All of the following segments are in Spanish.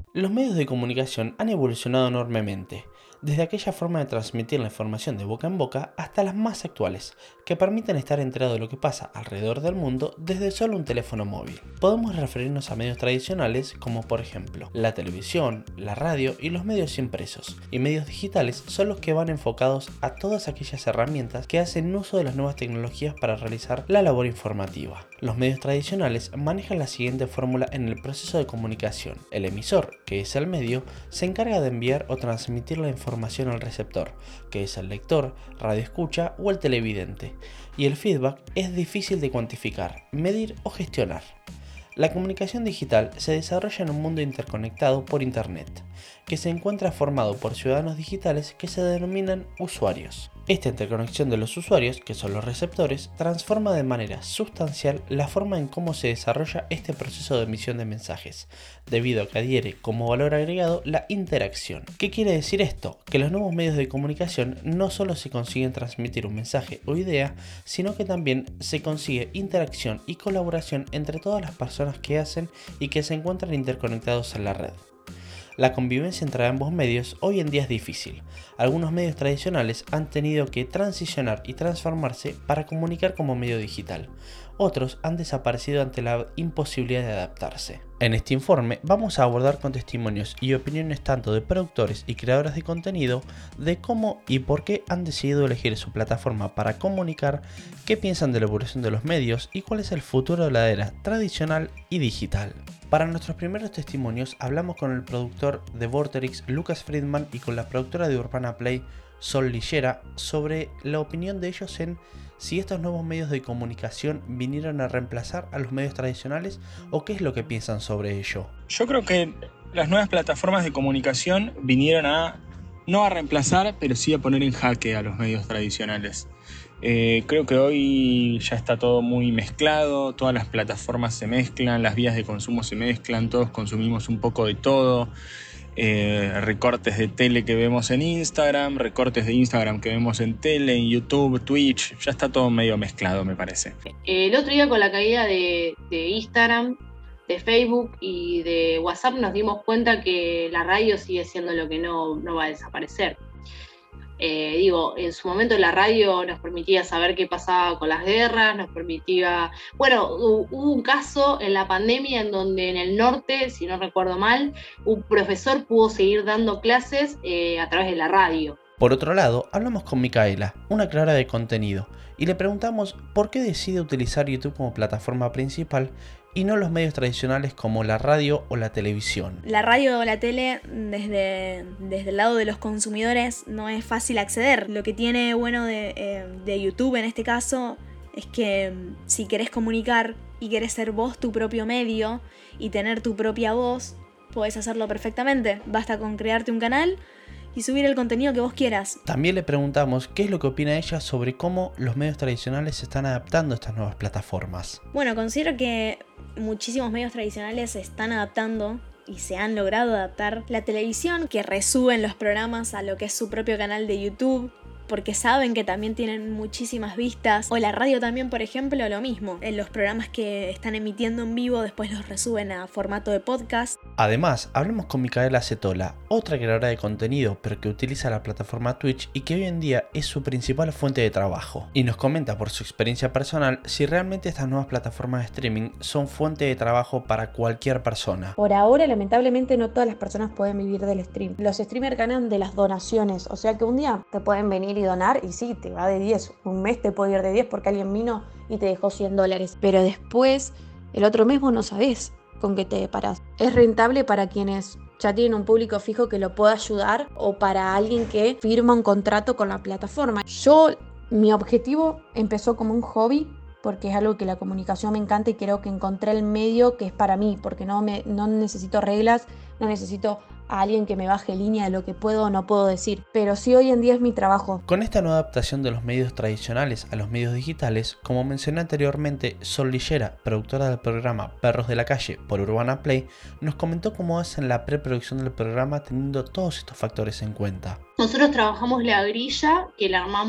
Los medios de comunicación han evolucionado enormemente, desde aquella forma de transmitir la información de boca en boca hasta las más actuales, que permiten estar enterado de lo que pasa alrededor del mundo desde solo un teléfono móvil. Podemos referirnos a medios tradicionales como por ejemplo la televisión, la radio y los medios impresos, y medios digitales son los que van enfocados a todas aquellas herramientas que hacen uso de las nuevas tecnologías para realizar la labor informativa. Los medios tradicionales manejan la siguiente fórmula en el proceso de comunicación. El emisor, que es el medio, se encarga de enviar o transmitir la información al receptor, que es el lector, radioescucha o el televidente, y el feedback es difícil de cuantificar, medir o gestionar. La comunicación digital se desarrolla en un mundo interconectado por Internet, que se encuentra formado por ciudadanos digitales que se denominan usuarios. Esta interconexión de los usuarios, que son los receptores, transforma de manera sustancial la forma en cómo se desarrolla este proceso de emisión de mensajes, debido a que adhiere como valor agregado la interacción. ¿Qué quiere decir esto? Que los nuevos medios de comunicación no solo se consiguen transmitir un mensaje o idea, sino que también se consigue interacción y colaboración entre todas las personas que hacen y que se encuentran interconectados en la red. La convivencia entre ambos medios hoy en día es difícil. Algunos medios tradicionales han tenido que transicionar y transformarse para comunicar como medio digital. Otros han desaparecido ante la imposibilidad de adaptarse. En este informe vamos a abordar con testimonios y opiniones tanto de productores y creadores de contenido de cómo y por qué han decidido elegir su plataforma para comunicar, qué piensan de la evolución de los medios y cuál es el futuro de la era tradicional y digital. Para nuestros primeros testimonios hablamos con el productor de Vorterix, Lucas Friedman, y con la productora de Urbana Play, Sol Lillera, sobre la opinión de ellos en si estos nuevos medios de comunicación vinieron a reemplazar a los medios tradicionales o qué es lo que piensan sobre ello. Yo creo que las nuevas plataformas de comunicación vinieron no a reemplazar, pero sí a poner en jaque a los medios tradicionales. Creo que hoy ya está todo muy mezclado, todas las plataformas se mezclan, las vías de consumo se mezclan, todos consumimos un poco de todo. Recortes de tele que vemos en Instagram, recortes de Instagram que vemos en tele, en YouTube, Twitch, ya está todo medio mezclado, me parece. El otro día con la caída de Instagram, de Facebook y de WhatsApp nos dimos cuenta que la radio sigue siendo lo que no va a desaparecer. En su momento la radio nos permitía saber qué pasaba con las guerras, nos permitía... Bueno, hubo un caso en la pandemia en donde en el norte, si no recuerdo mal, un profesor pudo seguir dando clases a través de la radio. Por otro lado, hablamos con Micaela, una creadora de contenido, y le preguntamos por qué decide utilizar YouTube como plataforma principal y no los medios tradicionales como la radio o la televisión. La radio o la tele, desde el lado de los consumidores, no es fácil acceder. Lo que tiene bueno de YouTube en este caso es que si querés comunicar y querés ser vos tu propio medio y tener tu propia voz, podés hacerlo perfectamente. Basta con crearte un canal y subir el contenido que vos quieras. También le preguntamos qué es lo que opina ella sobre cómo los medios tradicionales se están adaptando a estas nuevas plataformas. Bueno, considero que muchísimos medios tradicionales se están adaptando y se han logrado adaptar. La televisión, que resuben los programas a lo que es su propio canal de YouTube, porque saben que también tienen muchísimas vistas. O la radio también, por ejemplo, lo mismo. En los programas que están emitiendo en vivo, después los resuben a formato de podcast. Además, hablamos con Micaela Cetola, otra creadora de contenido, pero que utiliza la plataforma Twitch y que hoy en día es su principal fuente de trabajo. Y nos comenta por su experiencia personal si realmente estas nuevas plataformas de streaming son fuente de trabajo para cualquier persona. Por ahora, lamentablemente, no todas las personas pueden vivir del stream. Los streamers ganan de las donaciones, o sea que un día te pueden venir y donar y sí, te va de 10. Un mes te puede ir de 10 porque alguien vino y te dejó $100. Pero después, el otro mes vos no sabés con qué te deparás. Es rentable para quienes ya tienen un público fijo que lo pueda ayudar o para alguien que firma un contrato con la plataforma. Mi objetivo empezó como un hobby porque es algo que la comunicación me encanta y creo que encontré el medio que es para mí, porque no necesito reglas, no necesito a alguien que me baje línea de lo que puedo o no puedo decir, pero sí hoy en día es mi trabajo. Con esta nueva adaptación de los medios tradicionales a los medios digitales, como mencioné anteriormente, Sol Lillera, productora del programa Perros de la Calle por Urbana Play, nos comentó cómo hacen la preproducción del programa teniendo todos estos factores en cuenta. Nosotros trabajamos la grilla, que la armamos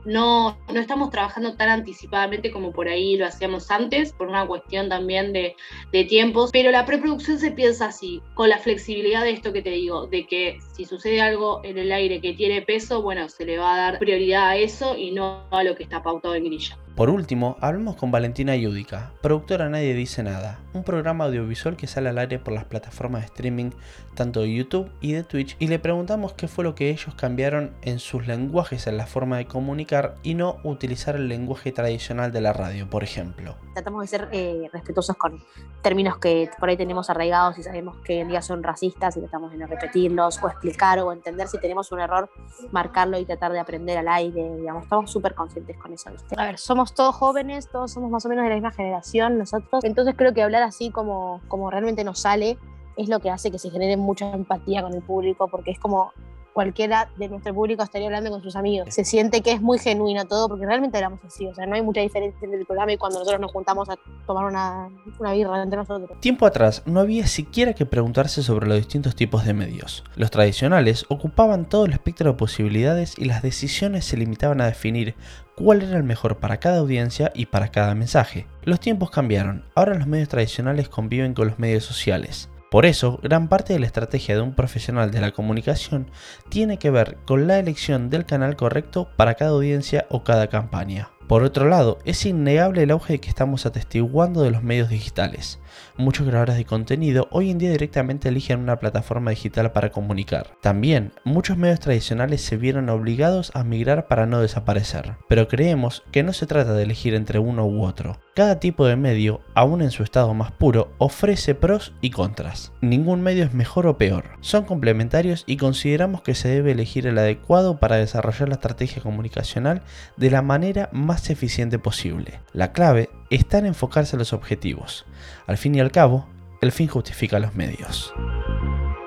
no estamos trabajando tan anticipadamente como por ahí lo hacíamos antes, por una cuestión también de tiempos, pero la preproducción se piensa así, con la flexibilidad de esto que te digo, de que si sucede algo en el aire que tiene peso, bueno, se le va a dar prioridad a eso y no a lo que está pautado en grilla. Por último, hablamos con Valentina Yudica, productora Nadie Dice Nada, un programa audiovisual que sale al aire por las plataformas de streaming tanto de YouTube y de Twitch, y le preguntamos qué fue lo que ellos cambiaron en sus lenguajes en la forma de comunicar y no utilizar el lenguaje tradicional de la radio, por ejemplo. Tratamos de ser respetuosos con términos que por ahí tenemos arraigados y sabemos que hoy en día son racistas y tratamos de no repetirlos o explicar o entender si tenemos un error, marcarlo y tratar de aprender al aire, digamos, estamos súper conscientes con eso, ¿viste? A ver, somos todos jóvenes, todos somos más o menos de la misma generación nosotros, entonces creo que hablar así como realmente nos sale es lo que hace que se genere mucha empatía con el público, porque es como cualquiera de nuestro público estaría hablando con sus amigos. Se siente que es muy genuino todo, porque realmente hablamos así, o sea, no hay mucha diferencia entre el programa y cuando nosotros nos juntamos a tomar una birra entre nosotros. Tiempo atrás no había siquiera que preguntarse sobre los distintos tipos de medios. Los tradicionales ocupaban todo el espectro de posibilidades y las decisiones se limitaban a definir cuál era el mejor para cada audiencia y para cada mensaje. Los tiempos cambiaron, ahora los medios tradicionales conviven con los medios sociales. Por eso, gran parte de la estrategia de un profesional de la comunicación tiene que ver con la elección del canal correcto para cada audiencia o cada campaña. Por otro lado, es innegable el auge que estamos atestiguando de los medios digitales. Muchos creadores de contenido hoy en día directamente eligen una plataforma digital para comunicar. También, muchos medios tradicionales se vieron obligados a migrar para no desaparecer. Pero creemos que no se trata de elegir entre uno u otro. Cada tipo de medio, aún en su estado más puro, ofrece pros y contras. Ningún medio es mejor o peor. Son complementarios y consideramos que se debe elegir el adecuado para desarrollar la estrategia comunicacional de la manera más eficiente posible. La clave está en enfocarse en los objetivos. Al fin y al cabo, el fin justifica los medios.